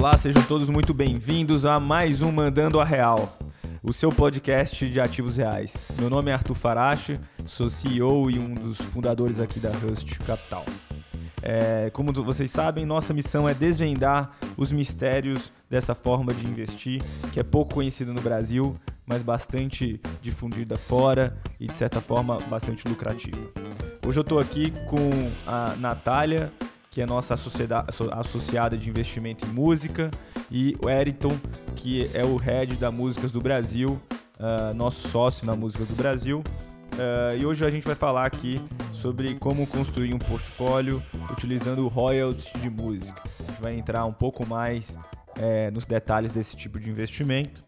Olá, sejam todos muito bem-vindos a mais um Mandando a Real, o seu podcast de ativos reais. Meu nome é Arthur Farache, sou CEO e um dos fundadores aqui da Rust Capital. Como vocês sabem, nossa missão é desvendar os mistérios dessa forma de investir, que é pouco conhecida no Brasil, mas bastante difundida fora e, de certa forma, bastante lucrativa. Hoje eu estou aqui com a Natália, que é nossa associada de investimento em música, e o Eriton, que é o head da Músicas do Brasil, nosso sócio na Músicas do Brasil. E hoje a gente vai falar aqui sobre como construir um portfólio utilizando royalties de música. A gente vai entrar um pouco mais nos detalhes desse tipo de investimento.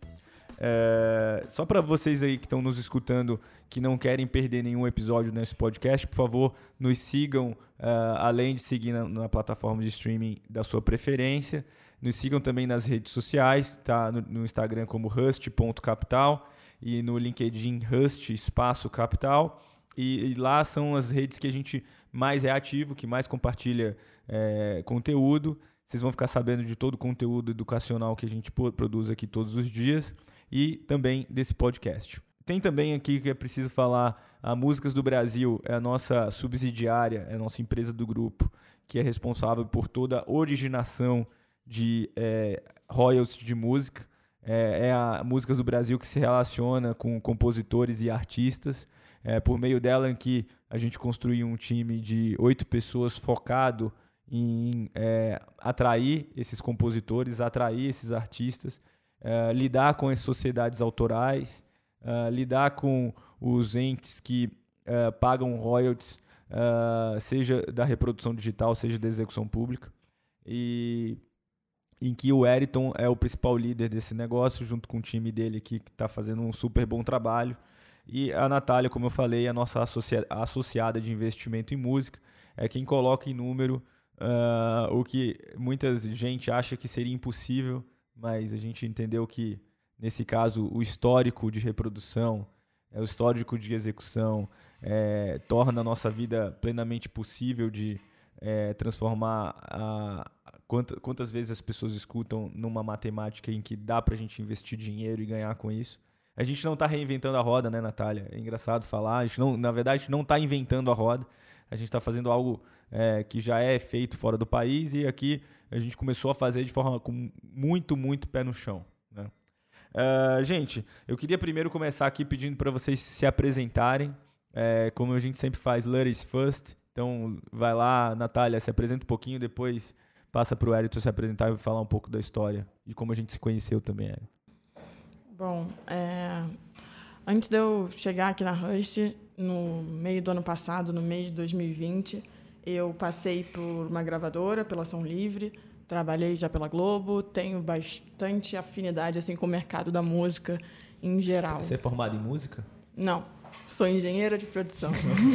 Só para vocês aí que estão nos escutando, que não querem perder nenhum episódio nesse podcast, por favor, nos sigam, além de seguir na plataforma de streaming da sua preferência. Nos sigam também nas redes sociais, tá? No Instagram como rust.capital e no LinkedIn Rust Espaço Capital. E lá são as redes que a gente mais é ativo, que mais compartilha conteúdo. Vocês vão ficar sabendo de todo o conteúdo educacional que a gente produz aqui todos os dias e também desse podcast. Tem também aqui que é preciso falar, a Músicas do Brasil é a nossa subsidiária, é a nossa empresa do grupo, que é responsável por toda a originação de royalties de música. É a Músicas do Brasil que se relaciona com compositores e artistas. Por meio dela em que a gente construiu um time de 8 pessoas focado em atrair esses compositores, atrair esses artistas, lidar com as sociedades autorais, lidar com os entes que pagam royalties, seja da reprodução digital, seja da execução pública, e em que o Eriton é o principal líder desse negócio, junto com o time dele aqui, que está fazendo um super bom trabalho. E a Natália, como eu falei, é a nossa associada de investimento em música, é quem coloca em número o que muita gente acha que seria impossível, mas a gente entendeu que, nesse caso, o histórico de reprodução, o histórico de execução, torna a nossa vida plenamente possível de transformar quantas vezes as pessoas escutam numa matemática em que dá pra gente investir dinheiro e ganhar com isso. A gente não está reinventando a roda, né, Natália? É engraçado falar. A gente na verdade, não está inventando a roda. A gente está fazendo algo que já é feito fora do país e aqui a gente começou a fazer de forma com muito, muito pé no chão, né? Gente, eu queria primeiro começar aqui pedindo para vocês se apresentarem. Como a gente sempre faz, ladies first. Então, vai lá, Natália, se apresenta um pouquinho, depois passa para o Eriton se apresentar e falar um pouco da história e como a gente se conheceu também, Eriton. Bom, antes de eu chegar aqui na Rust, no meio do ano passado, no mês de 2020, eu passei por uma gravadora, pela Som Livre, trabalhei já pela Globo, tenho bastante afinidade assim, com o mercado da música em geral. Você é formado em música? Não, sou engenheira de produção.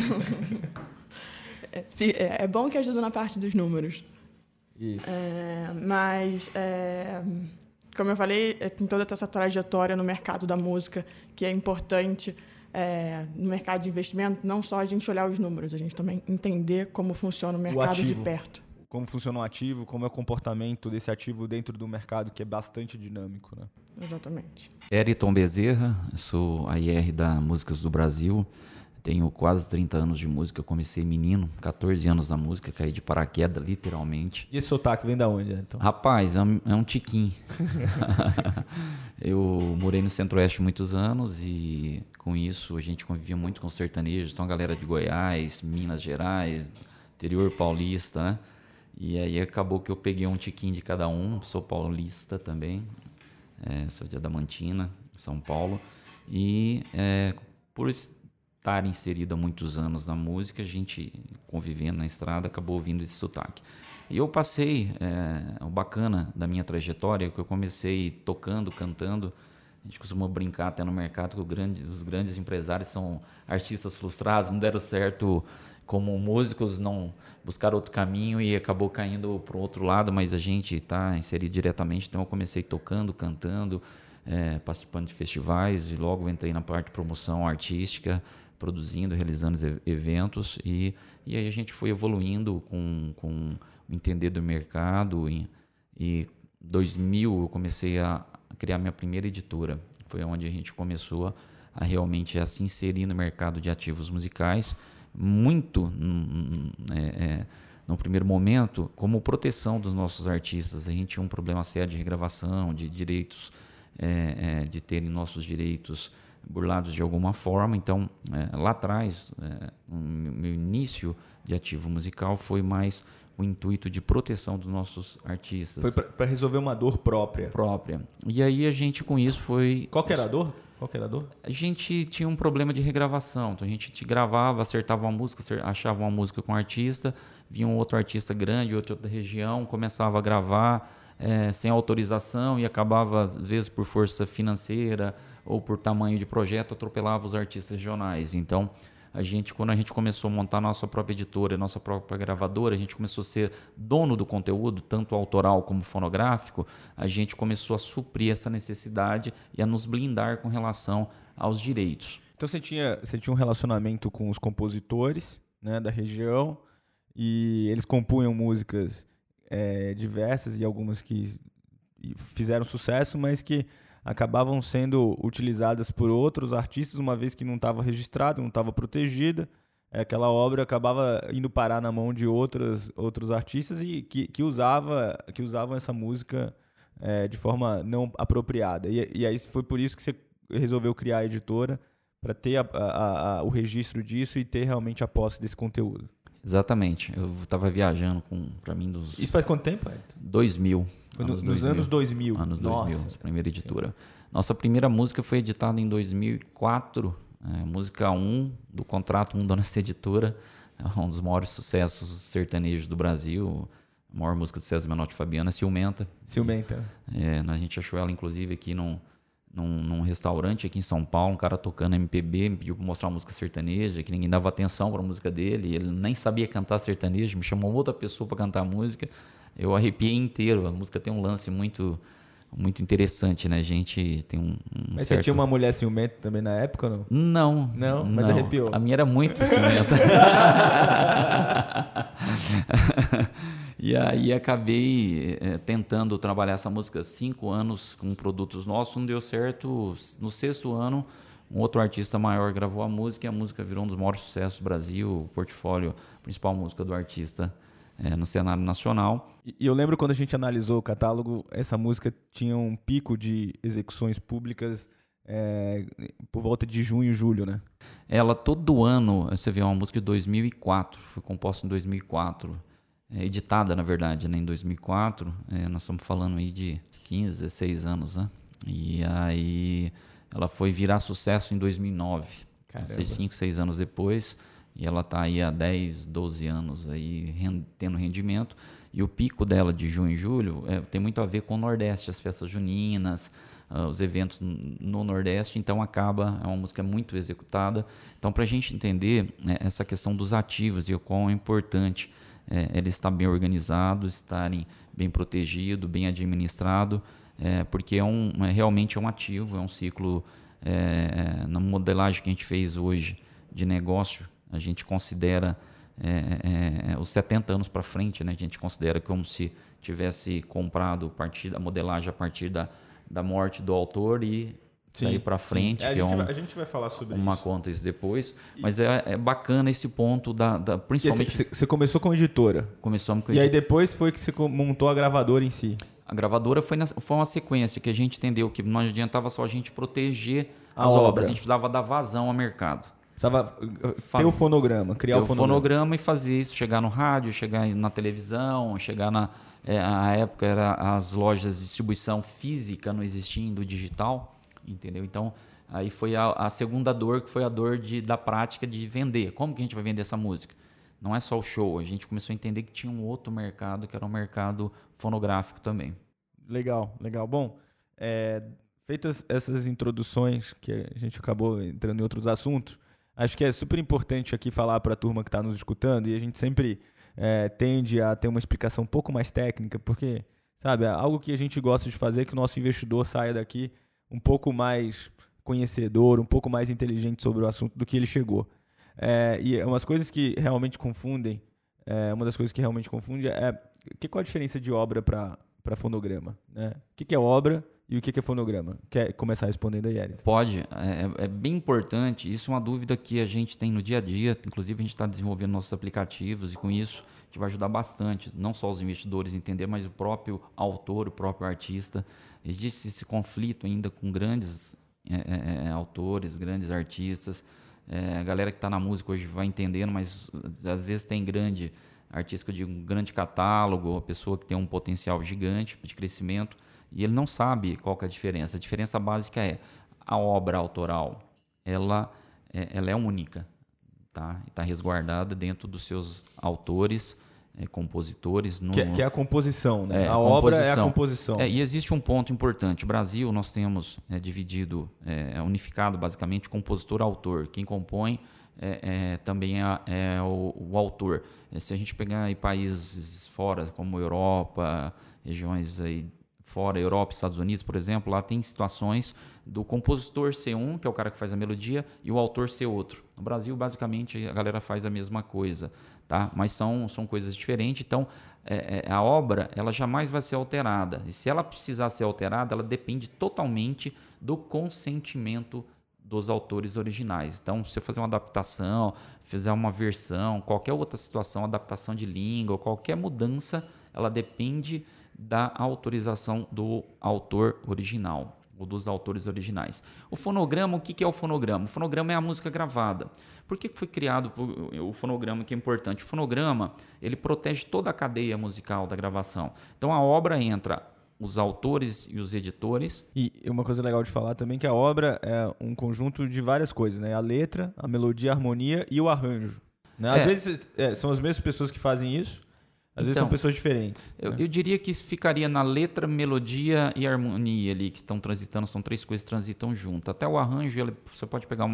É bom que ajuda na parte dos números. Isso. Como eu falei, tem toda essa trajetória no mercado da música que é importante no mercado de investimento, não só a gente olhar os números, a gente também entender como funciona o mercado de perto. Como funciona o ativo, como é o comportamento desse ativo dentro do mercado, que é bastante dinâmico, né? Exatamente. Eriton Bezerra, sou a IR da Músicas do Brasil. Tenho quase 30 anos de música, eu comecei menino, 14 anos na música, caí de paraquedas, literalmente. E esse sotaque vem da onde, então? Rapaz, é um tiquinho. Eu morei no Centro-Oeste muitos anos e, com isso, a gente convivia muito com sertanejos, então a galera de Goiás, Minas Gerais, interior paulista, né? E aí acabou que eu peguei um tiquinho de cada um, sou paulista também, sou de Adamantina, São Paulo, e por estar inserido há muitos anos na música, a gente convivendo na estrada, acabou ouvindo esse sotaque. E eu passei, o bacana da minha trajetória, que eu comecei tocando, cantando. A gente costuma brincar até no mercado que os grandes empresários são artistas frustrados, não deram certo como músicos, não buscaram outro caminho e acabou caindo para o outro lado, mas a gente está inserido diretamente. Então eu comecei tocando, cantando, participando de festivais e logo entrei na parte de promoção artística, produzindo, realizando eventos e aí a gente foi evoluindo com o entender do mercado e 2000 eu comecei a criar minha primeira editora. Foi onde a gente começou a realmente a se inserir no mercado de ativos musicais, muito no primeiro momento, como proteção dos nossos artistas. A gente tinha um problema sério de regravação, de direitos, de terem nossos direitos burlados de alguma forma. Então, lá atrás, o meu início de ativo musical foi mais o intuito de proteção dos nossos artistas. Foi para resolver uma dor própria. E aí a gente com isso foi... Qual que era a dor? A gente tinha um problema de regravação. Então a gente gravava, acertava uma música, achava uma música com um artista, vinha um outro artista grande, outra região, começava a gravar sem autorização e acabava, às vezes, por força financeira ou por tamanho de projeto, atropelava os artistas regionais. Então, quando a gente começou a montar a nossa própria editora, nossa própria gravadora, a gente começou a ser dono do conteúdo, tanto autoral como fonográfico, a gente começou a suprir essa necessidade e a nos blindar com relação aos direitos. Então você tinha um relacionamento com os compositores, né, da região, e eles compunham músicas diversas e algumas que fizeram sucesso, mas que acabavam sendo utilizadas por outros artistas, uma vez que não estava registrada, não estava protegida. Aquela obra acabava indo parar na mão de outros artistas e que usavam essa música de forma não apropriada. E aí foi por isso que você resolveu criar a editora, para ter o registro disso e ter realmente a posse desse conteúdo. Exatamente. Eu estava viajando para mim dos... Isso faz quanto tempo, Ayrton? 2000. Nos anos 2000. Anos 2000, primeira editora. Sim. Nossa primeira música foi editada em 2004, música 1 do contrato 1 da nossa editora, um dos maiores sucessos sertanejos do Brasil, a maior música do César Menotti e Fabiano, é Ciumenta. A gente achou ela, inclusive, aqui num restaurante aqui em São Paulo, um cara tocando MPB, me pediu para mostrar uma música sertaneja, que ninguém dava atenção para a música dele, ele nem sabia cantar sertanejo, me chamou outra pessoa para cantar a música, eu arrepiei inteiro. A música tem um lance muito, muito interessante, né? A gente tem Mas certo... você tinha uma mulher ciumenta também na época ou não? Não, mas arrepiou. A minha era muito ciumenta. E aí acabei tentando trabalhar essa música 5 anos com produtos nossos, não deu certo. No 6º ano, um outro artista maior gravou a música e a música virou um dos maiores sucessos do Brasil, o portfólio, a principal música do artista no cenário nacional. E eu lembro quando a gente analisou o catálogo, essa música tinha um pico de execuções públicas por volta de junho e julho, né? Ela todo ano, você vê, é uma música de 2004, foi composta em 2004. Editada, na verdade, né, em 2004, nós estamos falando aí de 15, 16 anos, né? E aí ela foi virar sucesso em 2009, 5, 6 anos depois, e ela está aí há 10, 12 anos aí tendo rendimento, e o pico dela de junho e julho tem muito a ver com o Nordeste, as festas juninas, os eventos no Nordeste, então é uma música muito executada. Então, para a gente entender essa questão dos ativos e o quão é importante ele estar bem organizado, estarem bem protegido, bem administrado, porque realmente é um ativo, é um ciclo. Na modelagem que a gente fez hoje de negócio, a gente considera os 70 anos para frente, né? A gente considera como se tivesse comprado a modelagem a partir da morte do autor e daí para frente, que a gente vai falar sobre uma isso. Conta isso depois, mas é bacana esse ponto principalmente... Você começou com editora. Começamos com editora. E aí depois foi que você montou a gravadora em si. A gravadora foi uma sequência que a gente entendeu que não adiantava só a gente proteger as obras, a gente precisava dar vazão ao mercado. Precisava ter o fonograma, criar o fonograma e fazer isso, chegar no rádio, chegar na televisão, chegar na época as lojas de distribuição física não existiam, do digital. Entendeu? Então, aí foi a segunda dor, que foi a dor da prática de vender. Como que a gente vai vender essa música? Não é só o show. A gente começou a entender que tinha um outro mercado, que era o mercado fonográfico também. Legal. Bom, feitas essas introduções, que a gente acabou entrando em outros assuntos, acho que é super importante aqui falar para a turma que está nos escutando, e a gente sempre tende a ter uma explicação um pouco mais técnica, porque, sabe, algo que a gente gosta de fazer é que o nosso investidor saia daqui um pouco mais conhecedor, um pouco mais inteligente sobre o assunto do que ele chegou. E umas coisas que realmente confundem, uma das coisas que realmente confunde qual a diferença de obra para para fonograma? Né? O que é obra e o que é fonograma? Quer começar respondendo aí, Eric? Pode. É bem importante. Isso é uma dúvida que a gente tem no dia a dia. Inclusive, a gente está desenvolvendo nossos aplicativos e com isso a gente vai ajudar bastante, não só os investidores a entender, mas o próprio autor, o próprio artista. Existe esse conflito ainda com grandes autores, grandes artistas. A galera que está na música hoje vai entendendo, mas às vezes tem grande artista, que eu digo, um grande catálogo, a pessoa que tem um potencial gigante de crescimento, e ele não sabe qual que é a diferença. A diferença básica é a obra autoral, ela é única, tá? Está resguardada dentro dos seus autores, compositores. Que é a composição, né? A obra é a composição. E existe um ponto importante. No Brasil, nós temos dividido, unificado basicamente, compositor-autor. Quem compõe também é o autor. Se a gente pegar aí países fora, como Europa, regiões aí fora, Europa e Estados Unidos, por exemplo, lá tem situações do compositor ser um, que é o cara que faz a melodia, e o autor ser outro. No Brasil, basicamente, a galera faz a mesma coisa, tá? Mas são coisas diferentes. Então, a obra ela jamais vai ser alterada. E se ela precisar ser alterada, ela depende totalmente do consentimento dos autores originais. Então, se você fazer uma adaptação, fizer uma versão, qualquer outra situação, adaptação de língua, qualquer mudança, ela depende da autorização do autor original, ou dos autores originais. O fonograma, o que é o fonograma? O fonograma é a música gravada. Por que foi criado o fonograma, que é importante? O fonograma, ele protege toda a cadeia musical da gravação. Então, a obra entra os autores e os editores. E uma coisa legal de falar também, que a obra é um conjunto de várias coisas, né? A letra, a melodia, a harmonia e o arranjo. Né? Às vezes são as mesmas pessoas que fazem isso, às vezes são pessoas diferentes. Eu diria que ficaria na letra, melodia e harmonia ali, que estão transitando, são três coisas que transitam junto. Até o arranjo, você pode pegar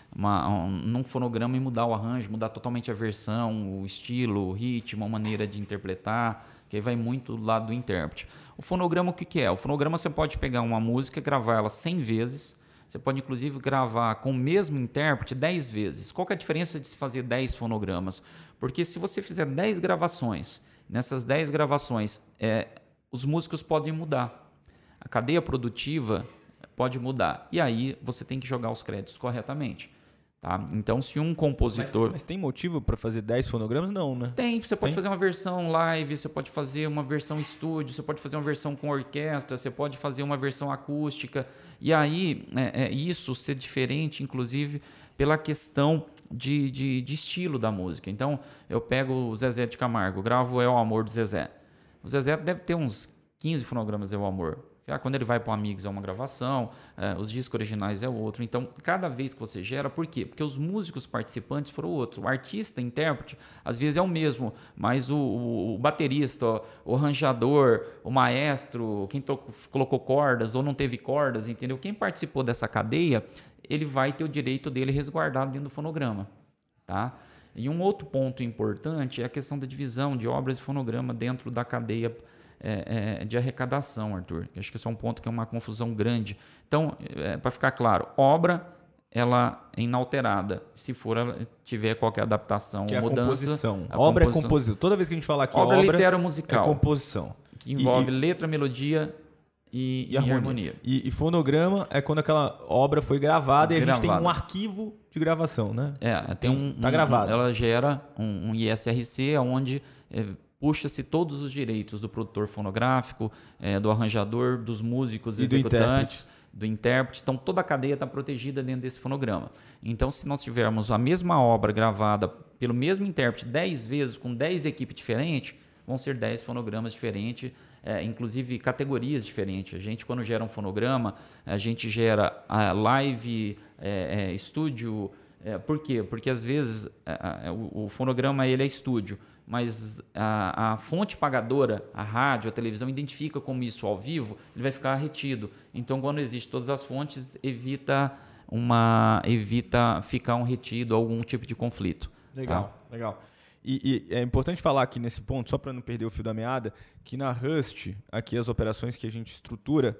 num fonograma e mudar o arranjo, mudar totalmente a versão, o estilo, o ritmo, a maneira de interpretar, que aí vai muito do lado do intérprete. O fonograma, o que é? O fonograma você pode pegar uma música e gravar ela 100 vezes, você pode inclusive gravar com o mesmo intérprete 10 vezes. Qual que é a diferença de se fazer 10 fonogramas? Porque se você fizer 10 gravações, nessas 10 gravações, os músicos podem mudar. A cadeia produtiva pode mudar. E aí você tem que jogar os créditos corretamente. Tá? Então, se um compositor... Mas tem motivo para fazer 10 fonogramas? Não, né? Tem. Você pode fazer uma versão live, você pode fazer uma versão estúdio, você pode fazer uma versão com orquestra, você pode fazer uma versão acústica. E aí, isso ser diferente, inclusive, pela questão de estilo da música. Então, eu pego o Zezé de Camargo, gravo É o Amor do Zezé. O Zezé deve ter uns 15 fonogramas de É o Amor. Quando ele vai para o Amigos é uma gravação, os discos originais é outro. Então, cada vez que você gera, por quê? Porque os músicos participantes foram outros. O artista, intérprete, às vezes é o mesmo, mas o baterista, o arranjador, o maestro, quem colocou cordas ou não teve cordas, entendeu? Quem participou dessa cadeia, ele vai ter o direito dele resguardado dentro do fonograma, tá? E um outro ponto importante é a questão da divisão de obras de fonograma dentro da cadeia de arrecadação, Arthur. Acho que esse é um ponto que é uma confusão grande. Então, para ficar claro, obra ela é inalterada. Se ela tiver qualquer adaptação ou mudança... Composição. Obra é composição. Toda vez que a gente falar aqui obra litero-musical, é composição. Que envolve letra, melodia e harmonia. E fonograma é quando aquela obra foi gravada e a gente tem um arquivo de gravação, né? Tá gravado. Ela gera um ISRC, onde puxa-se todos os direitos do produtor fonográfico, do arranjador, dos músicos executantes, do intérprete. Então, toda a cadeia está protegida dentro desse fonograma. Então, se nós tivermos a mesma obra gravada pelo mesmo intérprete 10 vezes, com 10 equipes diferentes, vão ser 10 fonogramas diferentes, inclusive categorias diferentes. A gente, quando gera um fonograma, a gente gera live, estúdio. Por quê? Porque, às vezes, o fonograma ele é estúdio, mas a fonte pagadora, a rádio, a televisão, identifica como isso ao vivo, ele vai ficar retido. Então, quando existem todas as fontes, evita ficar retido, algum tipo de conflito. Legal, tá? Legal. E é importante falar aqui nesse ponto, só para não perder o fio da meada, que na Rust, aqui as operações que a gente estrutura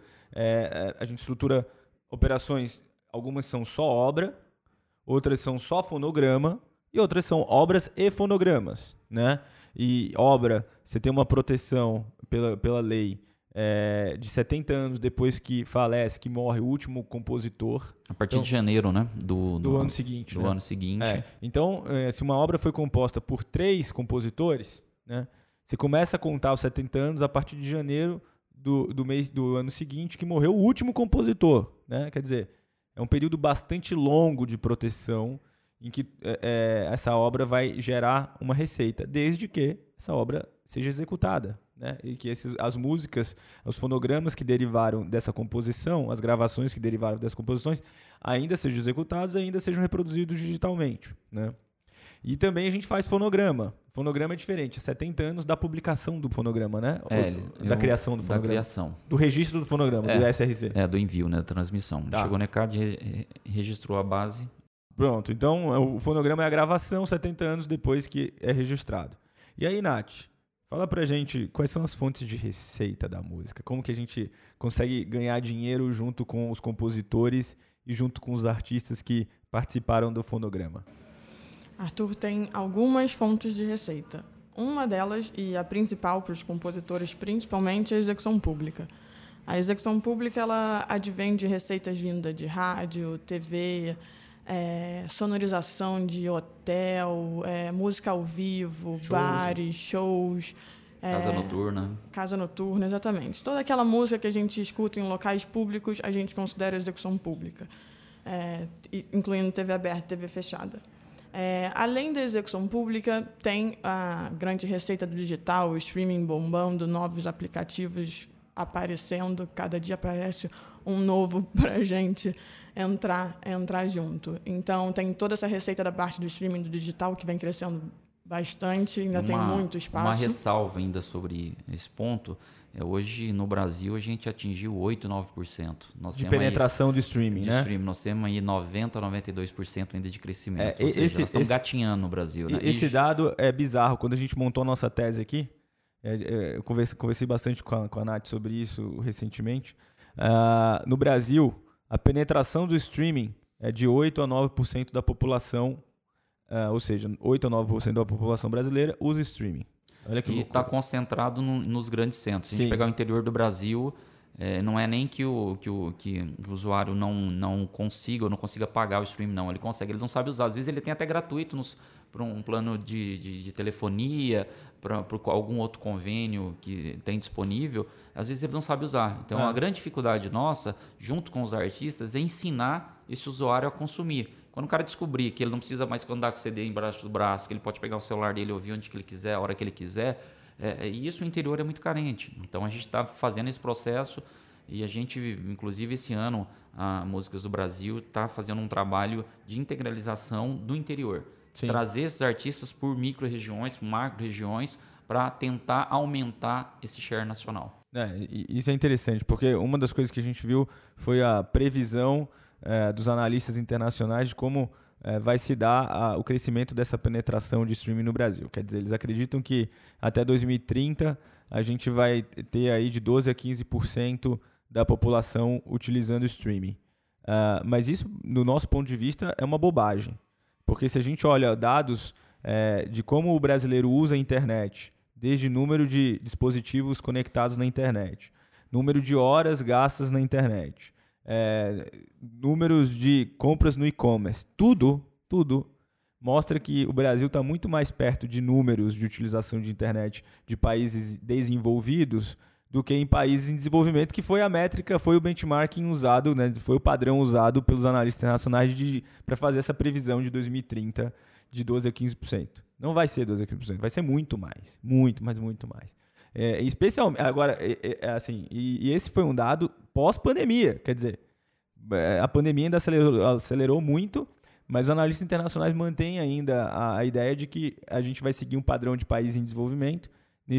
operações, algumas são só obra, outras são só fonograma e outras são obras e fonogramas, né? E obra, você tem uma proteção pela lei de 70 anos depois que falece, que morre o último compositor. A partir de janeiro, né? Do ano seguinte. Do ano seguinte. Então, se uma obra foi composta por 3 compositores, né, você começa a contar os 70 anos a partir de janeiro do ano seguinte, que morreu o último compositor. Né? Quer dizer, é um período bastante longo de proteção em que essa obra vai gerar uma receita, desde que essa obra seja executada. Né? E que as músicas, os fonogramas que derivaram dessa composição, as gravações que derivaram dessas composições, ainda sejam executados e ainda sejam reproduzidos digitalmente. Né? E também a gente faz fonograma. Fonograma é diferente, é 70 anos da publicação do fonograma, né? Da criação do fonograma. Da criação. Do registro do fonograma, do SRC. Do envio, né? Da transmissão. Tá. Chegou no ECAD, registrou a base. Pronto, então o fonograma é a gravação 70 anos depois que é registrado. E aí, Nath, fala pra gente quais são as fontes de receita da música, como que a gente consegue ganhar dinheiro junto com os compositores e junto com os artistas que participaram do fonograma. Arthur, tem algumas fontes de receita. Uma delas, e a principal para os compositores principalmente, é a execução pública. A execução pública ela advém de receitas vindas de rádio, TV, sonorização de hotel, música ao vivo, shows, bares, shows. Casa noturna. Casa noturna, exatamente. Toda aquela música que a gente escuta em locais públicos, a gente considera execução pública, incluindo TV aberta, TV fechada. Além da execução pública, tem a grande receita do digital, o streaming bombando, novos aplicativos aparecendo, cada dia aparece um novo para a gente entrar junto. Então, tem toda essa receita da parte do streaming do digital que vem crescendo bastante, ainda tem muito espaço. Uma ressalva ainda sobre esse ponto. Hoje, no Brasil, a gente atingiu 8%, 9%. De penetração do streaming, né? Streaming. Nós temos aí 90%, 92% ainda de crescimento. Ou seja, nós estamos gatinhando no Brasil. Né? Esse dado é bizarro. Quando a gente montou a nossa tese aqui, eu conversei bastante com a Nath sobre isso recentemente. No Brasil, a penetração do streaming é de 8% a 9% da população, ou seja, 8% a 9% da população brasileira usa streaming. Olha que loucura. E está concentrado nos grandes centros. Se a gente pegar o interior do Brasil, não é nem que o usuário não consiga ou não consiga pagar o streaming, não. Ele consegue, ele não sabe usar. Às vezes ele tem até gratuito para um plano de telefonia, para algum outro convênio que tem disponível. Às vezes ele não sabe usar. Então, a grande dificuldade nossa, junto com os artistas, é ensinar esse usuário a consumir. Quando o cara descobrir que ele não precisa mais andar com o CD embaixo do braço, que ele pode pegar o celular dele e ouvir onde que ele quiser, a hora que ele quiser, e isso o interior é muito carente. Então, a gente está fazendo esse processo e a gente, inclusive, esse ano, a Músicas do Brasil está fazendo um trabalho de integralização do interior. Sim. Trazer esses artistas por micro-regiões, por macro-regiões, para tentar aumentar esse share nacional. Isso é interessante, porque uma das coisas que a gente viu foi a previsão dos analistas internacionais de como vai se dar o crescimento dessa penetração de streaming no Brasil. Quer dizer, eles acreditam que até 2030 a gente vai ter aí de 12% a 15% da população utilizando o streaming. Mas isso, do nosso ponto de vista, é uma bobagem. Porque se a gente olha dados de como o brasileiro usa a internet, desde número de dispositivos conectados na internet, número de horas gastas na internet, números de compras no e-commerce, tudo mostra que o Brasil está muito mais perto de números de utilização de internet de países desenvolvidos do que em países em desenvolvimento, que foi a métrica, foi o benchmarking usado, né, foi o padrão usado pelos analistas internacionais para fazer essa previsão de 2030 de 12% a 15%. Não vai ser 12% a 15%, vai ser muito mais. Muito mais. Especialmente, agora, assim, e esse foi um dado pós-pandemia, quer dizer, a pandemia ainda acelerou muito, mas os analistas internacionais mantêm ainda a ideia de que a gente vai seguir um padrão de país em desenvolvimento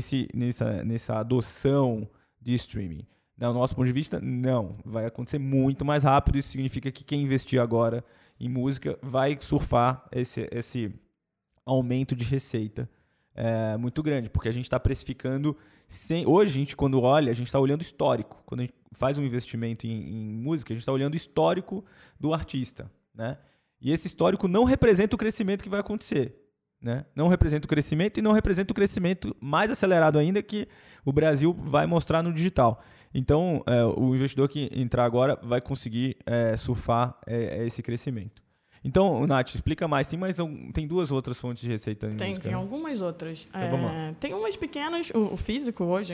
nessa adoção de streaming. Do nosso ponto de vista, não. Vai acontecer muito mais rápido. Isso significa que quem investir agora em música vai surfar esse aumento de receita muito grande, porque a gente está precificando... Hoje, a gente, quando olha, a gente está olhando histórico. Quando a gente faz um investimento em música, a gente está olhando o histórico do artista, né? E esse histórico não representa o crescimento que vai acontecer. né? Não representa o crescimento e não representa o crescimento mais acelerado ainda que o Brasil vai mostrar no digital. Então, o investidor que entrar agora vai conseguir surfar esse crescimento. Então, Nath, explica mais. Tem duas outras fontes de receita em música, Tem né? algumas outras. Então, vamos lá. Tem umas pequenas. O físico hoje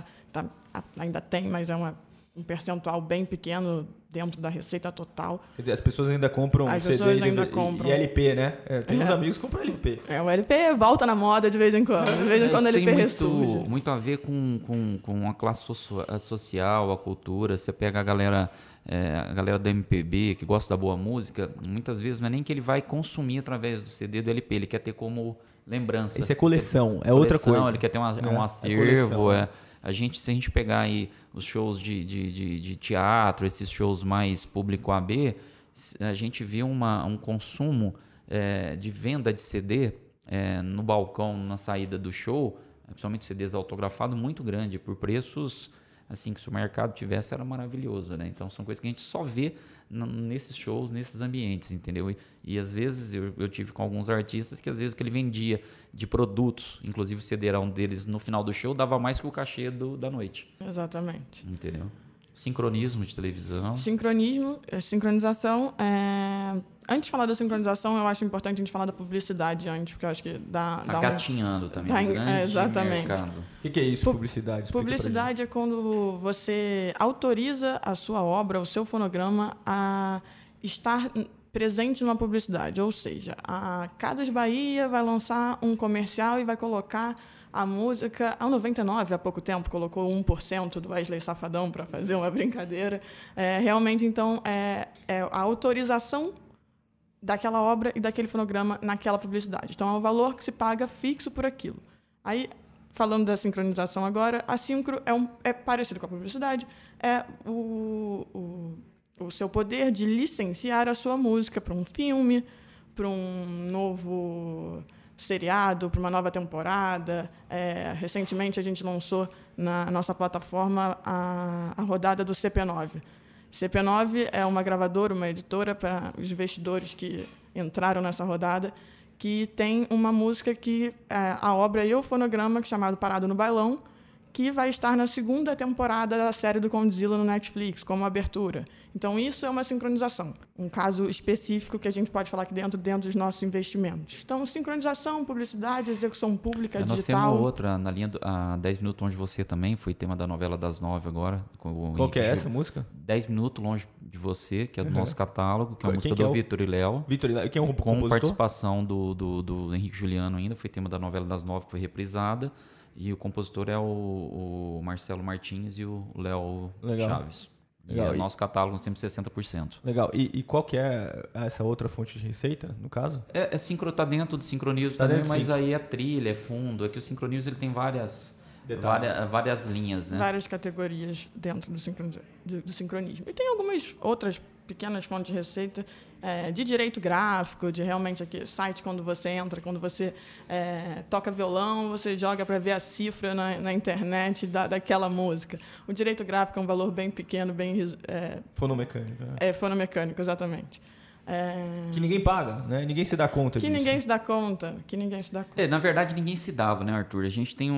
ainda tem, mas é um percentual bem pequeno dentro da receita total. Quer dizer, as pessoas ainda compram As CD pessoas ainda compram. e LP, né? Tem uns amigos que compram LP. O LP volta na moda de vez em quando. De vez em quando o LP ressurge. Tem muito a ver com a classe social, a cultura. Você pega a galera do MPB, que gosta da boa música, muitas vezes não é nem que ele vai consumir através do CD, do LP, ele quer ter como lembrança. Isso é coleção, outra coisa. Ele quer ter um acervo. Se a gente pegar aí os shows de teatro, esses shows mais público AB, a gente vê um consumo de venda de CD no balcão, na saída do show, principalmente CDs autografados, muito grande, por preços assim que se o mercado tivesse era maravilhoso, né? Então são coisas que a gente só vê nesses shows, nesses ambientes, entendeu? E às vezes eu tive com alguns artistas que às vezes o que ele vendia de produtos, inclusive o CD-ROM deles no final do show, dava mais que o cachê da noite. Exatamente. Entendeu? Sincronismo de televisão. Sincronização. Antes de falar da sincronização, eu acho importante a gente falar da publicidade antes, porque eu acho que dá gatinhando também. Exatamente. Mercado. O que é isso, publicidade? Publicidade é quando você autoriza a sua obra, o seu fonograma, a estar presente numa publicidade. Ou seja, a Casas Bahia vai lançar um comercial e vai colocar a música. A 99, há pouco tempo, colocou 1% do Wesley Safadão para fazer uma brincadeira. Realmente, então, é a autorização daquela obra e daquele fonograma naquela publicidade. Então, é o valor que se paga fixo por aquilo. Aí, falando da sincronização agora, a sincro é parecido com a publicidade, é o seu poder de licenciar a sua música para um filme, para um novo seriado, para uma nova temporada. Recentemente, a gente lançou na nossa plataforma a rodada do CP9. CP9 é uma gravadora, uma editora para os investidores que entraram nessa rodada, que tem uma música que a obra e o fonograma chamado Parado no Bailão, que vai estar na segunda temporada da série do Condzilla no Netflix, como abertura. Então, isso é uma sincronização. Um caso específico que a gente pode falar aqui dentro dos nossos investimentos. Então, sincronização, publicidade, execução pública, digital. Nós temos outra na linha a 10 Minutos Longe de Você também, foi tema da novela das 9 agora. Qual que é essa música? 10 Minutos Longe de Você, que é do nosso catálogo, que é uma música do Vitor e Léo. Vitor e Léo, quem é o compositor? Com participação do Henrique Juliano ainda, foi tema da novela das 9, que foi reprisada. E o compositor é o Marcelo Martins e o Léo Chaves. Legal. E nosso catálogo nós temos 60%. Legal. E qual que é essa outra fonte de receita, no caso? Tá dentro do sincronismo também, mas aí é trilha, é fundo. É que o sincronismo ele tem várias linhas, né? Várias categorias dentro do sincronismo. E tem algumas outras pequenas fontes de receita de direito gráfico, de realmente aqui, site quando você entra, quando você toca violão, você joga para ver a cifra na internet daquela música. O direito gráfico é um valor bem pequeno, bem... fonomecânico. Fonomecânico, exatamente. Que ninguém paga, né? Ninguém se dá conta disso. Que ninguém se dá conta. Na verdade, ninguém se dava, né, Arthur? A gente tem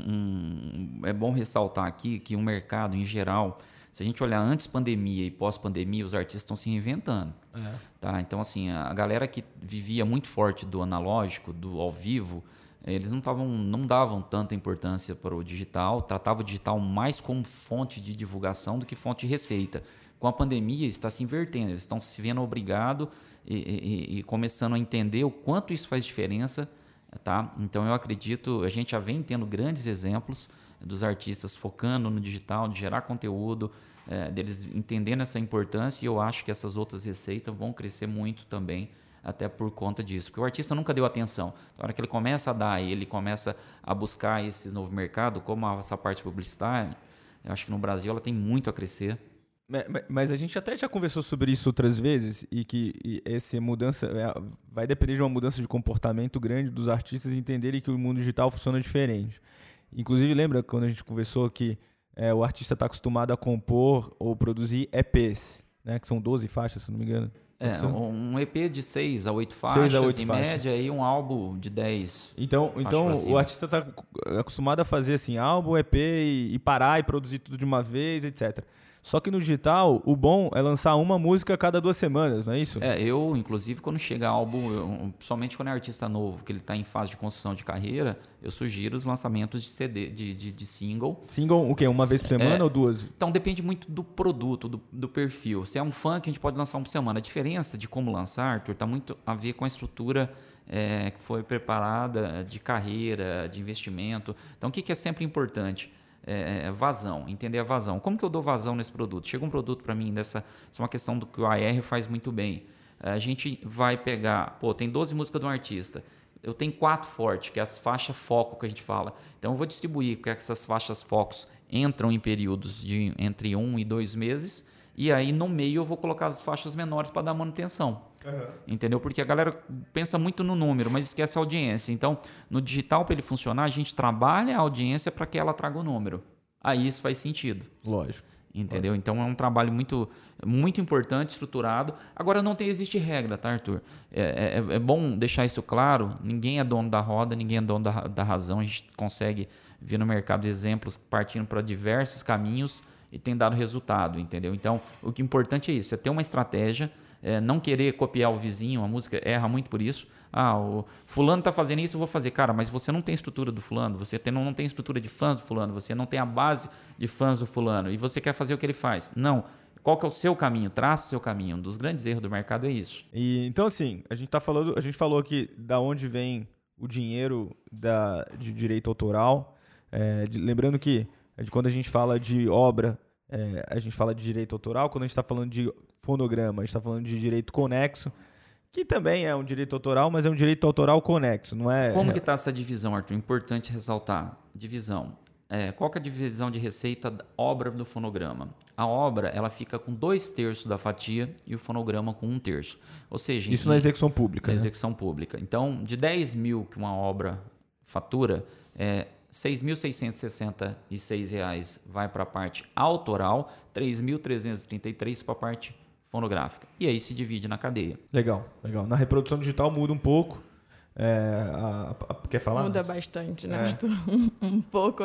é bom ressaltar aqui que o mercado, em geral, se a gente olhar antes pandemia e pós-pandemia, os artistas estão se reinventando. Tá? Então, assim, a galera que vivia muito forte do analógico, do ao vivo, eles não davam tanta importância para o digital, tratavam o digital mais como fonte de divulgação do que fonte de receita. Com a pandemia, está se invertendo, eles estão se vendo obrigados e começando a entender o quanto isso faz diferença. Tá? Então, eu acredito, a gente já vem tendo grandes exemplos dos artistas focando no digital, de gerar conteúdo, deles entendendo essa importância, e eu acho que essas outras receitas vão crescer muito também, até por conta disso. Porque o artista nunca deu atenção. Na hora que ele começa a dar, ele começa a buscar esse novo mercado, como essa parte publicitária, eu acho que no Brasil ela tem muito a crescer. Mas a gente até já conversou sobre isso outras vezes, e que essa mudança vai depender de uma mudança de comportamento grande dos artistas entenderem que o mundo digital funciona diferente. Inclusive, lembra quando a gente conversou que o artista está acostumado a compor ou produzir EPs, né, que são 12 faixas, se não me engano. Um EP de 6 a 8 faixas, em média, e um álbum de 10. Então o artista está acostumado a fazer assim, álbum, EP e parar e produzir tudo de uma vez, etc. Só que no digital, o bom é lançar uma música a cada 2 semanas, não é isso? Eu, inclusive, quando chega álbum, somente quando é artista novo, que ele está em fase de construção de carreira, eu sugiro os lançamentos de CD, de single. Single, o quê? Uma vez por semana ou 2? Então, depende muito do produto, do perfil. Se é um funk, a gente pode lançar uma por semana. A diferença de como lançar, Arthur, está muito a ver com a estrutura que foi preparada de carreira, de investimento. Então, o que é sempre importante? Vazão, entender a vazão. Como que eu dou vazão nesse produto? Chega um produto para mim isso é uma questão do que o AR faz muito bem. A gente vai pegar, tem 12 músicas de um artista, eu tenho 4 fortes, que é as faixas foco que a gente fala. Então eu vou distribuir, porque essas faixas focos entram em períodos de entre 1 e 2 meses, e aí no meio eu vou colocar as faixas menores para dar manutenção. Entendeu? Porque a galera pensa muito no número, mas esquece a audiência. Então, no digital, para ele funcionar, a gente trabalha a audiência para que ela traga o número. Aí isso faz sentido. Lógico. Entendeu? Então, é um trabalho muito, muito importante, estruturado. Agora, não existe regra, tá, Arthur? É bom deixar isso claro. Ninguém é dono da roda, ninguém é dono da razão. A gente consegue ver no mercado exemplos partindo para diversos caminhos e tem dado resultado, entendeu? Então, o que é importante é isso, é ter uma estratégia, não querer copiar o vizinho, a música erra muito por isso. O fulano está fazendo isso, eu vou fazer. Cara, mas você não tem estrutura do fulano, você não tem estrutura de fãs do fulano, você não tem a base de fãs do fulano e você quer fazer o que ele faz. Não. Qual que é o seu caminho? Traça o seu caminho. Um dos grandes erros do mercado é isso. Então, assim, a gente falou aqui da onde vem o dinheiro de direito autoral. Lembrando que quando a gente fala de obra, a gente fala de direito autoral. Quando a gente está falando de fonograma, a gente está falando de direito conexo, que também é um direito autoral, mas é um direito autoral conexo, não é? Como que está essa divisão, Arthur? Importante ressaltar. Divisão. Qual que é a divisão de receita da obra do fonograma? A obra ela fica com 2/3 da fatia e o fonograma com 1/3. Ou seja, isso na execução pública. Na execução pública. Então, de 10 mil que uma obra fatura, R$ 6.666 vai para a parte autoral, 3.333 para a parte fonográfica. E aí se divide na cadeia. Legal. Na reprodução digital muda um pouco. Quer falar? Muda bastante, né? Um pouco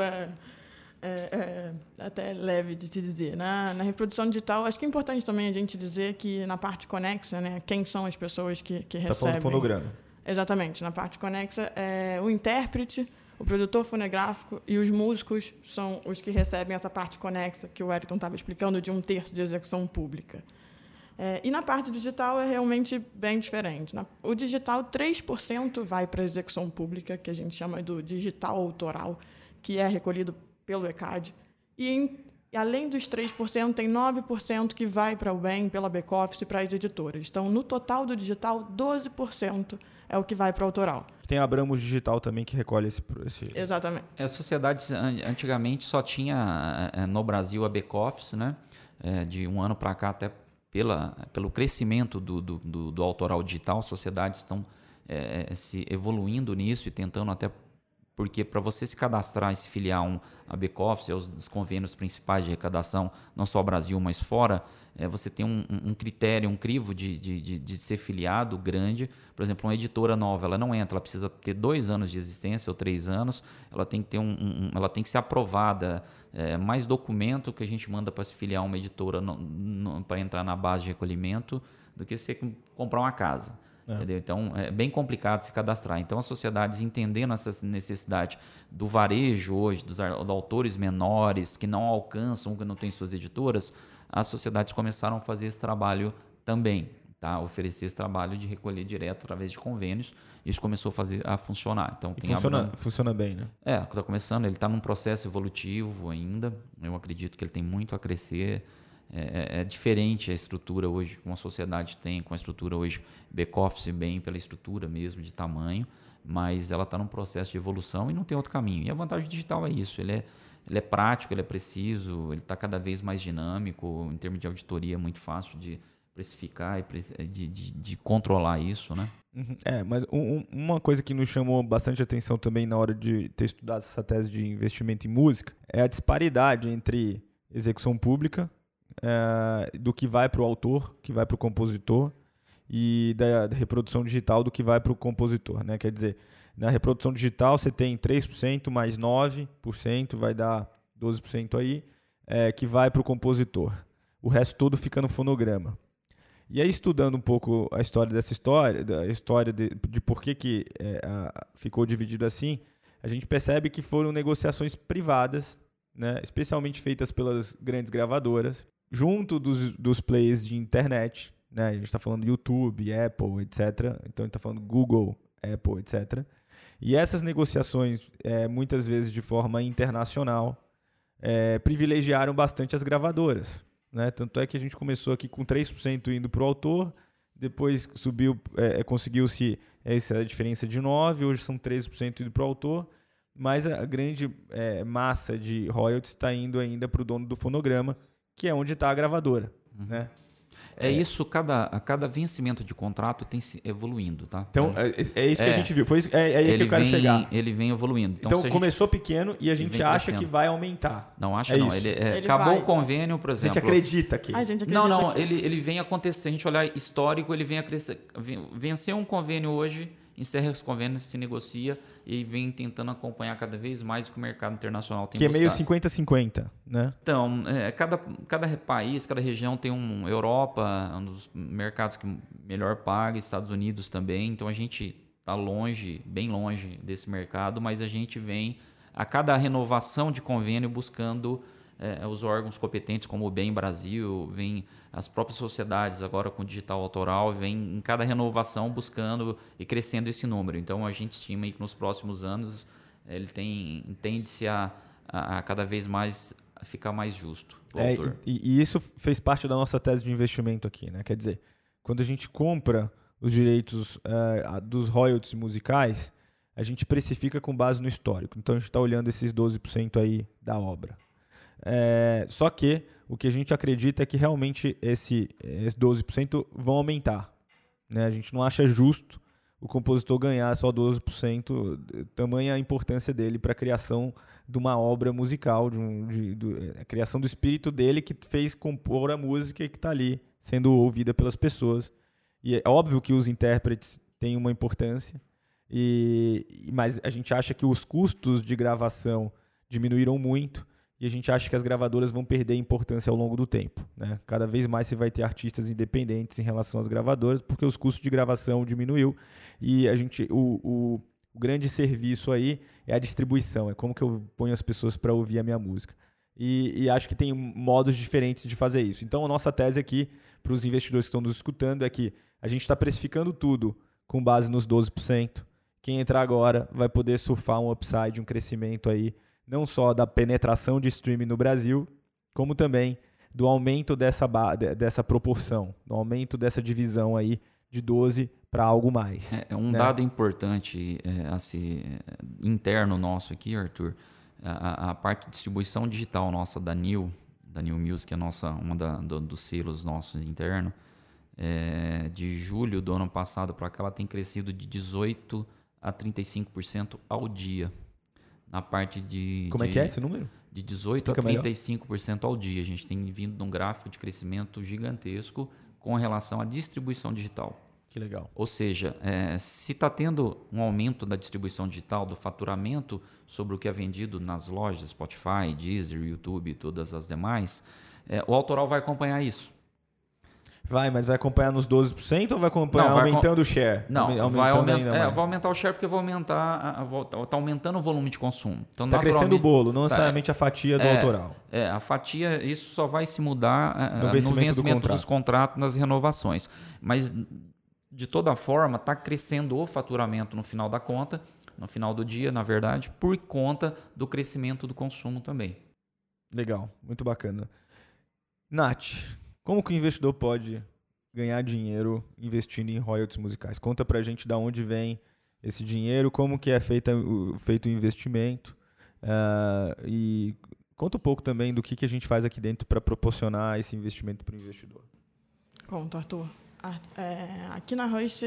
até leve de se dizer. Na reprodução digital, acho que é importante também a gente dizer que na parte conexa, né, quem são as pessoas que recebem... Está falando do fonograma. Exatamente. Na parte conexa, o intérprete, o produtor fonográfico e os músicos são os que recebem essa parte conexa que o Ayrton estava explicando, de 1/3 de execução pública. E na parte digital é realmente bem diferente. O digital, 3% vai para a execução pública, que a gente chama do digital autoral, que é recolhido pelo ECAD. E além dos 3%, tem 9% que vai para o BEM, pela back-office e para as editoras. Então, no total do digital, 12% é o que vai para o autoral. Tem a Abramos Digital também que recolhe esse... Exatamente. A sociedade antigamente só tinha no Brasil a back-office, né? De um ano para cá, até pelo crescimento do autoral digital, as sociedades estão se evoluindo nisso e tentando até... Porque para você se cadastrar e se filiar a back-office, os convênios principais de arrecadação, não só Brasil, mas fora, você tem um critério, um crivo de ser filiado grande. Por exemplo, uma editora nova, ela não entra, ela precisa ter 2 anos de existência ou 3 anos, ela tem que ter ela tem que ser aprovada, mais documento que a gente manda para se filiar uma editora para entrar na base de recolhimento do que você comprar uma casa. Entendeu? Então, é bem complicado se cadastrar. Então, as sociedades entendendo essa necessidade do varejo hoje, dos autores menores que não alcançam, que não têm suas editoras, as sociedades começaram a fazer esse trabalho também, tá? Oferecer esse trabalho de recolher direto através de convênios. Isso começou a funcionar. Então, funciona bem, né? Está começando, ele está num processo evolutivo ainda. Eu acredito que ele tem muito a crescer. É diferente a estrutura hoje que uma sociedade tem, com a estrutura hoje back-office bem pela estrutura mesmo de tamanho, mas ela está num processo de evolução e não tem outro caminho. E a vantagem digital é isso, ele é prático, ele é preciso, ele está cada vez mais dinâmico, em termos de auditoria é muito fácil de precificar e de controlar isso, né? Mas uma coisa que nos chamou bastante atenção também na hora de ter estudado essa tese de investimento em música é a disparidade entre execução pública, do que vai para o autor, que vai para o compositor, e da reprodução digital do que vai para o compositor, né? Quer dizer, na reprodução digital você tem 3% mais 9%, vai dar 12% aí, que vai para o compositor. O resto todo fica no fonograma. E aí, estudando um pouco a história dessa história, da história de por que ficou dividido assim, a gente percebe que foram negociações privadas, né, especialmente feitas pelas grandes gravadoras, junto dos players de internet. Né, a gente está falando YouTube, Apple, etc. Então, a gente está falando Google, Apple, etc. E essas negociações, muitas vezes de forma internacional, privilegiaram bastante as gravadoras. Né? Tanto é que a gente começou aqui com 3% indo para o autor, depois subiu, conseguiu-se essa diferença de 9%, hoje são 13% indo para o autor, mas a grande massa de royalties está indo ainda para o dono do fonograma, que é onde está a gravadora. Uhum. Né? Isso, a cada vencimento de contrato tem se evoluindo, tá? Então, é isso que a gente viu. É aí que eu quero chegar. Ele vem evoluindo. Então começou pequeno e a gente acha que vai aumentar. Não, acha não. Ele acabou o convênio, por exemplo. A gente acredita que... Não, ele vem acontecer. Se a gente olhar histórico, ele vem a crescer. Venceu um convênio hoje, encerra esse convênio, se negocia e vem tentando acompanhar cada vez mais o que o mercado internacional tem buscado. Que é meio 50-50, né? Então, cada país, cada região tem Europa, um dos mercados que melhor paga, Estados Unidos também. Então, a gente está longe, bem longe desse mercado, mas a gente vem, a cada renovação de convênio, buscando os órgãos competentes, como o BEM Brasil, vem as próprias sociedades agora com digital autoral, vem em cada renovação buscando e crescendo esse número. Então, a gente estima aí que nos próximos anos ele tende-se a cada vez mais ficar mais justo. E isso fez parte da nossa tese de investimento aqui, né? Quer dizer, quando a gente compra os direitos dos royalties musicais, a gente precifica com base no histórico. Então, a gente está olhando esses 12% aí da obra. Só que o que a gente acredita é que realmente esses 12% vão aumentar. Né? A gente não acha justo o compositor ganhar só 12%, tamanha a importância dele para a criação de uma obra musical, a criação do espírito dele que fez compor a música e que está ali sendo ouvida pelas pessoas. E é óbvio que os intérpretes têm uma importância, mas a gente acha que os custos de gravação diminuíram muito. E a gente acha que as gravadoras vão perder importância ao longo do tempo. Né? Cada vez mais você vai ter artistas independentes em relação às gravadoras, porque os custos de gravação diminuiu. E o grande serviço aí é a distribuição, é como que eu ponho as pessoas para ouvir a minha música. E acho que tem modos diferentes de fazer isso. Então, a nossa tese aqui, para os investidores que estão nos escutando, é que a gente está precificando tudo com base nos 12%. Quem entrar agora vai poder surfar um upside, um crescimento aí, não só da penetração de streaming no Brasil, como também do aumento dessa proporção, do aumento dessa divisão aí de 12 para algo mais. Um dado importante interno nosso aqui, Arthur, a parte de distribuição digital nossa da New Music, dos selos nossos internos, de julho do ano passado para cá, ela tem crescido de 18% a 35% ao dia. Na parte de... Como é que é esse número? De 18% a 35% ao dia. A gente tem vindo num gráfico de crescimento gigantesco com relação à distribuição digital. Que legal. Ou seja, se está tendo um aumento da distribuição digital, do faturamento sobre o que é vendido nas lojas, Spotify, Deezer, YouTube e todas as demais, o autoral vai acompanhar isso. Mas vai acompanhar nos 12% ou vai acompanhar aumentando o share? Não, vai aumentar o share porque está aumentando o volume de consumo. Então, está crescendo o bolo, não necessariamente a fatia do autoral. A fatia, isso só vai se mudar no vencimento dos contratos, nas renovações. Mas, de toda forma, está crescendo o faturamento no final da conta, no final do dia, na verdade, por conta do crescimento do consumo também. Legal, muito bacana. Nath, como que o investidor pode ganhar dinheiro investindo em royalties musicais? Conta pra gente de onde vem esse dinheiro, como que é feito o investimento e conta um pouco também do que a gente faz aqui dentro para proporcionar esse investimento para o investidor. Conto, Arthur. Aqui na Rust,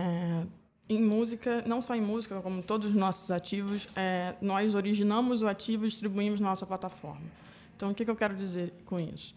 em música, não só em música, como todos os nossos ativos, nós originamos o ativo e distribuímos na nossa plataforma. Então, o que eu quero dizer com isso?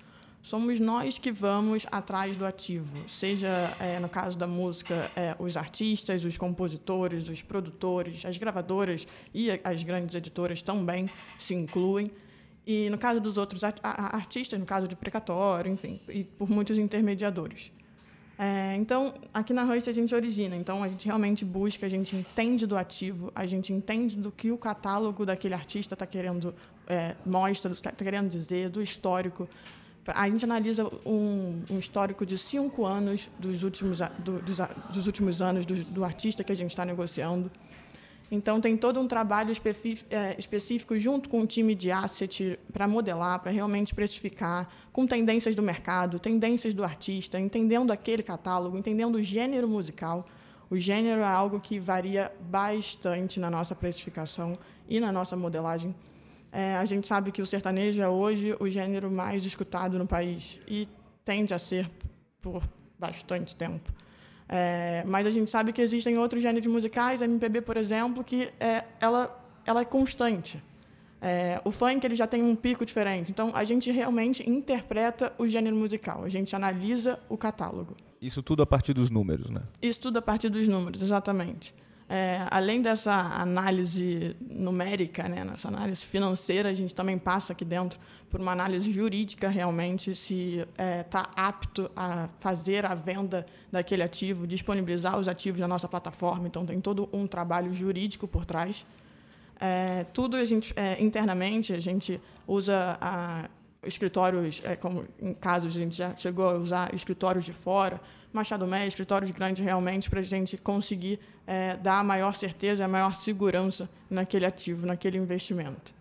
somos nós que vamos atrás do ativo, seja, no caso da música, os artistas, os compositores, os produtores, as gravadoras e as grandes editoras também se incluem. E no caso dos outros artistas, no caso de Precatório, enfim, e por muitos intermediadores. Então, aqui na Rust a gente origina, então a gente realmente busca, a gente entende do ativo, a gente entende do que o catálogo daquele artista está querendo, mostra, está querendo dizer, do histórico. A gente analisa um histórico de 5 anos dos últimos anos do artista que a gente está negociando. Então, tem todo um trabalho específico junto com um time de asset para modelar, para realmente precificar, com tendências do mercado, tendências do artista, entendendo aquele catálogo, entendendo o gênero musical. O gênero é algo que varia bastante na nossa precificação e na nossa modelagem. A gente sabe que o sertanejo é hoje o gênero mais escutado no país e tende a ser por bastante tempo. Mas a gente sabe que existem outros gêneros musicais, a MPB, por exemplo, que ela é constante. O funk ele já tem um pico diferente. Então, a gente realmente interpreta o gênero musical, a gente analisa o catálogo. Isso tudo a partir dos números, né? Isso tudo a partir dos números, exatamente. Além dessa análise numérica, né, nessa análise financeira, a gente também passa aqui dentro por uma análise jurídica realmente, se está apto a fazer a venda daquele ativo, disponibilizar os ativos na nossa plataforma. Então, tem todo um trabalho jurídico por trás. Tudo a gente, internamente, a gente usa escritórios, como em casos a gente já chegou a usar escritórios de fora, Machado Meia, escritórios grandes realmente, para a gente conseguir dar a maior certeza, a maior segurança naquele ativo, naquele investimento.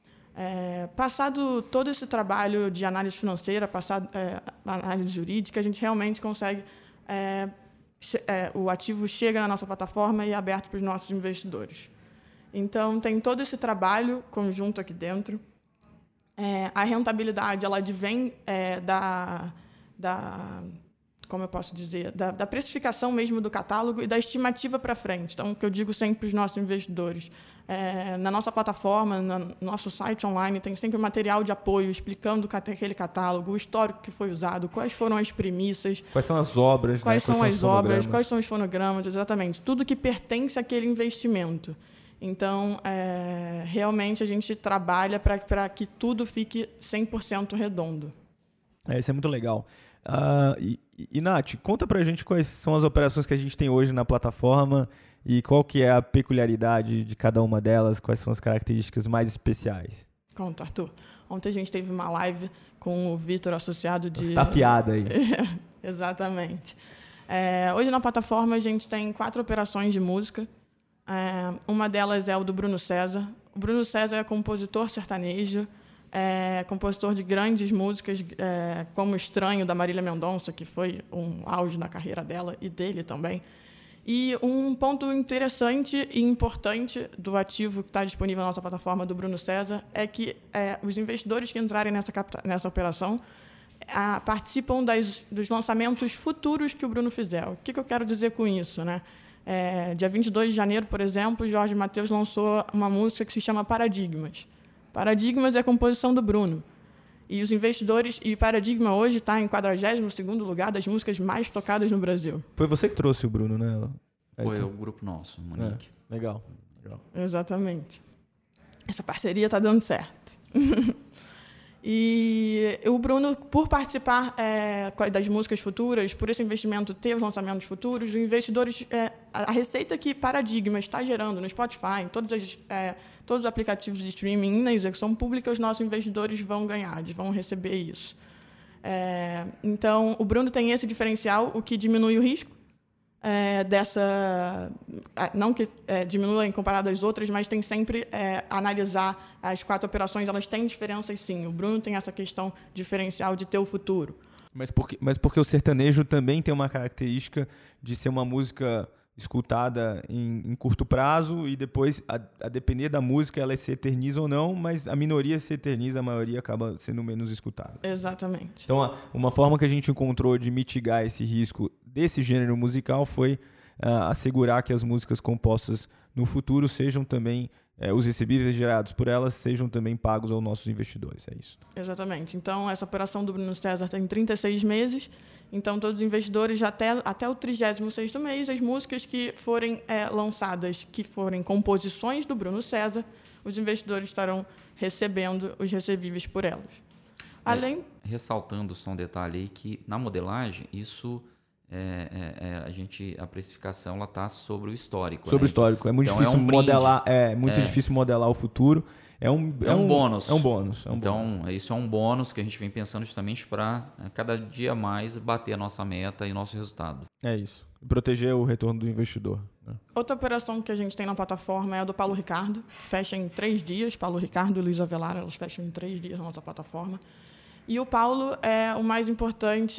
Passado todo esse trabalho de análise financeira, passado análise jurídica, a gente realmente consegue, o ativo chega na nossa plataforma e é aberto para os nossos investidores. Então, tem todo esse trabalho conjunto aqui dentro. A rentabilidade ela advém como eu posso dizer, da precificação mesmo do catálogo e da estimativa para frente. Então, o que eu digo sempre para os nossos investidores, na nossa plataforma, no nosso site online, tem sempre material de apoio explicando aquele catálogo, o histórico que foi usado, quais foram as premissas. Quais são as obras, quais são as obras, quais são os fonogramas, exatamente. Tudo que pertence àquele investimento. Então, realmente, a gente trabalha para que tudo fique 100% redondo. Isso é muito legal. E Nath, conta pra gente quais são as operações que a gente tem hoje na plataforma e qual que é a peculiaridade de cada uma delas, quais são as características mais especiais. Conta, Arthur. Ontem a gente teve uma live com o Vitor, associado de... Você tá afiada aí. Exatamente. Hoje na plataforma a gente tem 4 operações de música. Uma delas é o do Bruno César. O Bruno César é compositor sertanejo, compositor de grandes músicas, como Estranho, da Marília Mendonça, que foi um auge na carreira dela e dele também. E um ponto interessante e importante do ativo que está disponível na nossa plataforma do Bruno César é que os investidores que entrarem nessa operação participam dos lançamentos futuros que o Bruno fizer. O que eu quero dizer com isso, né? Dia 22 de janeiro, por exemplo, Jorge Mateus lançou uma música que se chama Paradigmas. Paradigmas é a composição do Bruno. E os investidores... E Paradigma hoje está em 42º lugar das músicas mais tocadas no Brasil. Foi você que trouxe o Bruno, né? Foi o grupo nosso, Monique. Legal. Exatamente. Essa parceria está dando certo. E o Bruno, por participar das músicas futuras, por esse investimento ter os lançamentos futuros, os investidores... a receita que Paradigma está gerando no Spotify, em todos os aplicativos de streaming na execução pública, os nossos investidores vão ganhar, vão receber isso. Então, o Bruno tem esse diferencial, o que diminui o risco não que diminua em comparado às outras, mas tem sempre analisar as 4 operações, elas têm diferenças sim. O Bruno tem essa questão diferencial de ter o futuro. Mas porque o sertanejo também tem uma característica de ser uma música escutada em curto prazo e depois, a depender da música, ela se eterniza ou não, mas a minoria se eterniza, a maioria acaba sendo menos escutada. Exatamente. Então, uma forma que a gente encontrou de mitigar esse risco desse gênero musical foi assegurar que as músicas compostas no futuro sejam também os recebíveis gerados por elas sejam também pagos aos nossos investidores. É isso. Exatamente. Então, essa operação do Bruno César tem 36 meses. Então, todos os investidores, já até o 36º mês, as músicas que forem lançadas, que forem composições do Bruno César, os investidores estarão recebendo os recebíveis por elas. Ressaltando só um detalhe aí, que na modelagem, isso... a precificação ela está sobre o histórico. Sobre o histórico. É muito difícil modelar. Difícil modelar o futuro. É um bônus. Então, isso é um bônus que a gente vem pensando justamente para cada dia mais bater a nossa meta e o nosso resultado. É isso. Proteger o retorno do investidor. Né? Outra operação que a gente tem na plataforma é a do Paulo Ricardo. Fecha em 3 dias. Paulo Ricardo e Luiz Avelar, elas fecham em 3 dias na nossa plataforma. E o Paulo é o mais importante,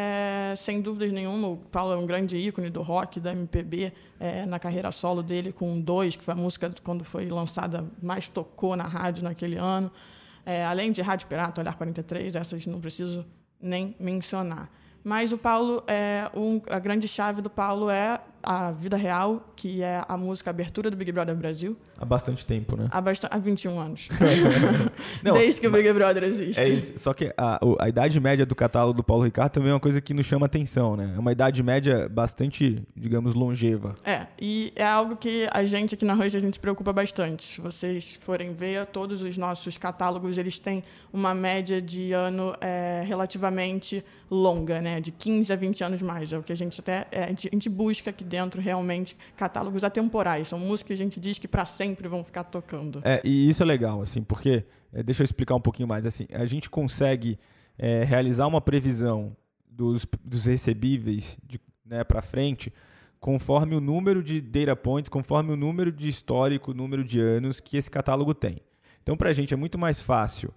sem dúvidas nenhuma. O Paulo é um grande ícone do rock, da MPB, na carreira solo dele, com 2, que foi a música, quando foi lançada, mais tocou na rádio naquele ano. Além de Rádio Pirata, Olhar 43, essas não preciso nem mencionar. Mas o Paulo, a grande chave do Paulo é a Vida Real, que é a música abertura do Big Brother Brasil. Há bastante tempo, né? Há 21 anos. Não, desde que o Big Brother existe. É isso. Só que a idade média do catálogo do Paulo Ricardo também é uma coisa que nos chama atenção, né? É uma idade média bastante, digamos, longeva. E é algo que a gente aqui na Rush, a gente se preocupa bastante. Se vocês forem ver, todos os nossos catálogos, eles têm uma média de ano relativamente longa, né? De 15 a 20 anos mais. É o que a gente a gente busca aqui dentro realmente catálogos atemporais. São músicas que a gente diz que para sempre vão ficar tocando. E isso é legal, assim, porque, deixa eu explicar um pouquinho mais, assim, a gente consegue realizar uma previsão dos recebíveis para frente conforme o número de data points, conforme o número de histórico, o número de anos que esse catálogo tem. Então, para a gente é muito mais fácil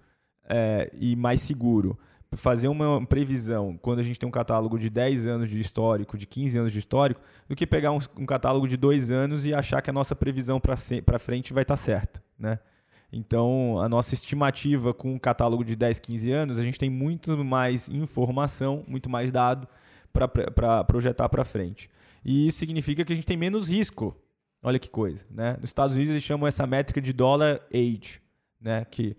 e mais seguro fazer uma previsão quando a gente tem um catálogo de 10 anos de histórico, de 15 anos de histórico, do que pegar um catálogo de 2 anos e achar que a nossa previsão para frente vai estar certa, né? Então, a nossa estimativa com um catálogo de 10, 15 anos, a gente tem muito mais informação, muito mais dado para projetar para frente. E isso significa que a gente tem menos risco. Olha que coisa, né? Nos Estados Unidos, eles chamam essa métrica de dollar age, né? Que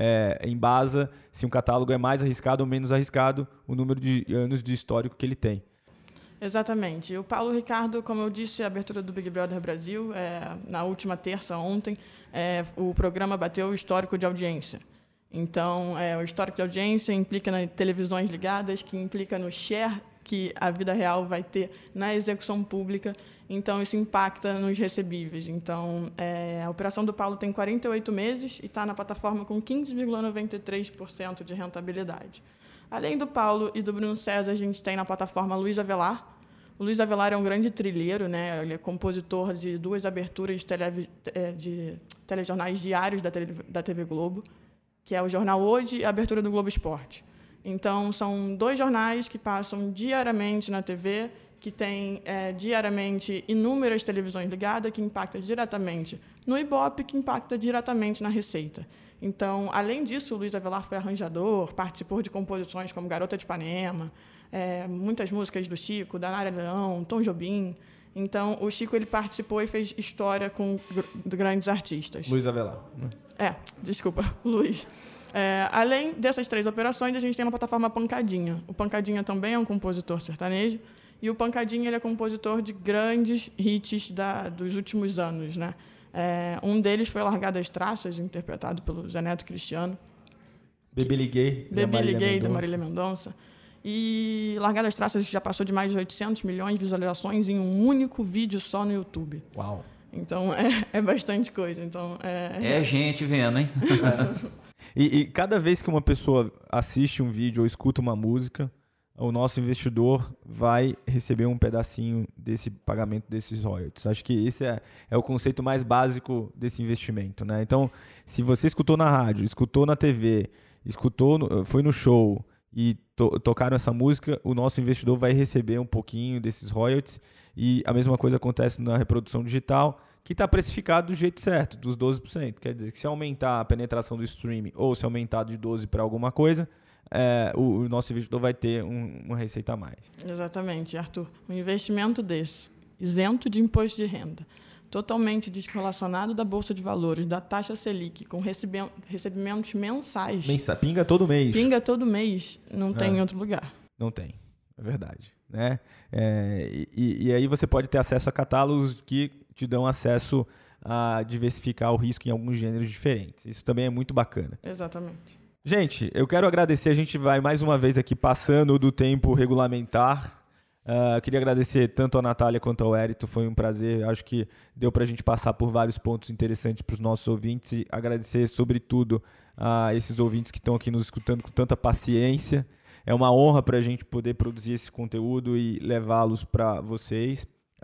embasa se um catálogo é mais arriscado ou menos arriscado, o número de anos de histórico que ele tem. Exatamente. O Paulo Ricardo, como eu disse, a abertura do Big Brother Brasil, na última terça, ontem, o programa bateu o histórico de audiência. Então, o histórico de audiência implica nas televisões ligadas, que implica no share que a Vida Real vai ter na execução pública. Então, isso impacta nos recebíveis. Então, a operação do Paulo tem 48 meses e está na plataforma com 15,93% de rentabilidade. Além do Paulo e do Bruno César, a gente tem na plataforma Luiz Avelar. O Luiz Avelar é um grande trilheiro, né? Ele é compositor de 2 aberturas de telejornais diários da TV Globo, que é o Jornal Hoje e a abertura do Globo Esporte. Então, são 2 jornais que passam diariamente na TV, que tem diariamente inúmeras televisões ligadas, que impacta diretamente no Ibope, que impacta diretamente na receita. Então, além disso, o Luiz Avelar foi arranjador, participou de composições como Garota de Ipanema, muitas músicas do Chico, da Nara Leão, Tom Jobim. Então, o Chico ele participou e fez história com grandes artistas. Luiz Avelar. Luiz. Além dessas 3 operações, a gente tem uma plataforma Pancadinha. O Pancadinha também é um compositor sertanejo, e o Pancadinha ele é compositor de grandes hits dos últimos anos, né? Um deles foi Largar das Traças, interpretado pelo Zé Neto Cristiano. Bebê Liguei, da Marília Mendonça. E Largar das Traças já passou de mais de 800 milhões de visualizações em um único vídeo só no YouTube. Uau! Então, é bastante coisa. Então, gente vendo, hein? E cada vez que uma pessoa assiste um vídeo ou escuta uma música, o nosso investidor vai receber um pedacinho desse pagamento desses royalties. Acho que esse é o conceito mais básico desse investimento, né? Então, se você escutou na rádio, escutou na TV, foi no show e tocaram essa música, o nosso investidor vai receber um pouquinho desses royalties. E a mesma coisa acontece na reprodução digital, que está precificado do jeito certo, dos 12%. Quer dizer, que se aumentar a penetração do streaming ou se aumentar de 12% para alguma coisa, o nosso investidor vai ter uma receita a mais. Exatamente, Arthur. Um investimento desse, isento de imposto de renda, totalmente desrelacionado da Bolsa de Valores, da taxa Selic, com recebimentos mensais. Pinga todo mês. Pinga todo mês, não tem em outro lugar. Não tem, é verdade. Né? E aí você pode ter acesso a catálogos que te dão acesso a diversificar o risco em alguns gêneros diferentes. Isso também é muito bacana. Exatamente. Gente, eu quero agradecer. A gente vai mais uma vez aqui passando do tempo regulamentar. Queria agradecer tanto a Natália quanto ao Érito. Foi um prazer. Acho que deu para a gente passar por vários pontos interessantes para os nossos ouvintes. E agradecer, sobretudo, a esses ouvintes que estão aqui nos escutando com tanta paciência. É uma honra para a gente poder produzir esse conteúdo e levá-los para vocês.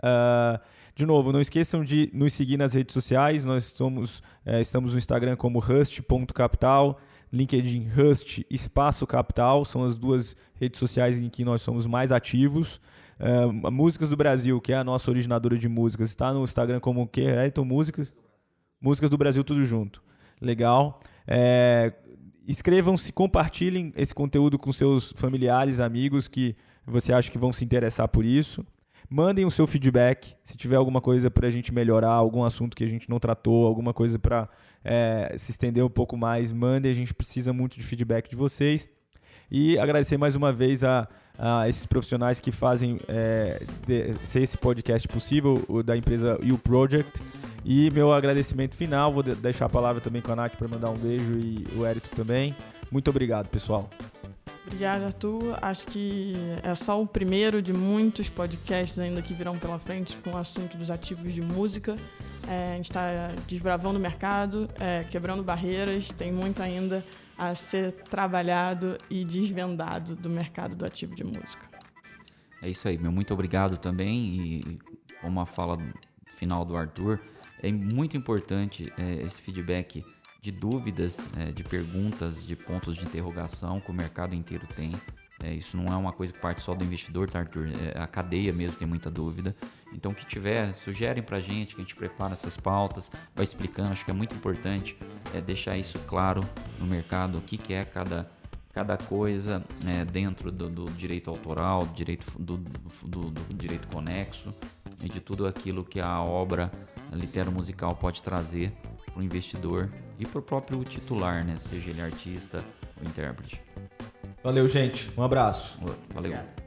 De novo, não esqueçam de nos seguir nas redes sociais. Nós estamos no Instagram como rust.capital, LinkedIn Rust Espaço Capital. São as duas redes sociais em que nós somos mais ativos. Músicas do Brasil, que é a nossa originadora de músicas, está no Instagram como o quê? Então, Músicas do Brasil, tudo junto. Legal. Inscrevam-se, compartilhem esse conteúdo com seus familiares, amigos que você acha que vão se interessar por isso. Mandem o seu feedback, se tiver alguma coisa para a gente melhorar, algum assunto que a gente não tratou, alguma coisa para se estender um pouco mais, mandem, a gente precisa muito de feedback de vocês. E agradecer mais uma vez a esses profissionais que fazem ser esse podcast possível, o da empresa U Project. E meu agradecimento final, vou deixar a palavra também com a Nath para mandar um beijo e o Érito também. Muito obrigado, pessoal. Obrigada, Arthur. Acho que é só o primeiro de muitos podcasts ainda que virão pela frente com o assunto dos ativos de música. A gente está desbravando o mercado, quebrando barreiras, tem muito ainda a ser trabalhado e desvendado do mercado do ativo de música. É isso aí, muito obrigado também. E como a fala final do Arthur, é muito importante esse feedback de dúvidas, de perguntas, de pontos de interrogação que o mercado inteiro tem. Isso não é uma coisa que parte só do investidor, tá, Arthur? A cadeia mesmo tem muita dúvida. Então, o que tiver, sugerem pra gente, que a gente prepara essas pautas, vai explicando. Acho que é muito importante deixar isso claro no mercado, o que é cada coisa dentro do direito autoral, do direito conexo e de tudo aquilo que a obra litero-musical pode trazer para o investidor e para o próprio titular, né? Seja ele artista ou intérprete. Valeu, gente. Um abraço. Valeu. Obrigado.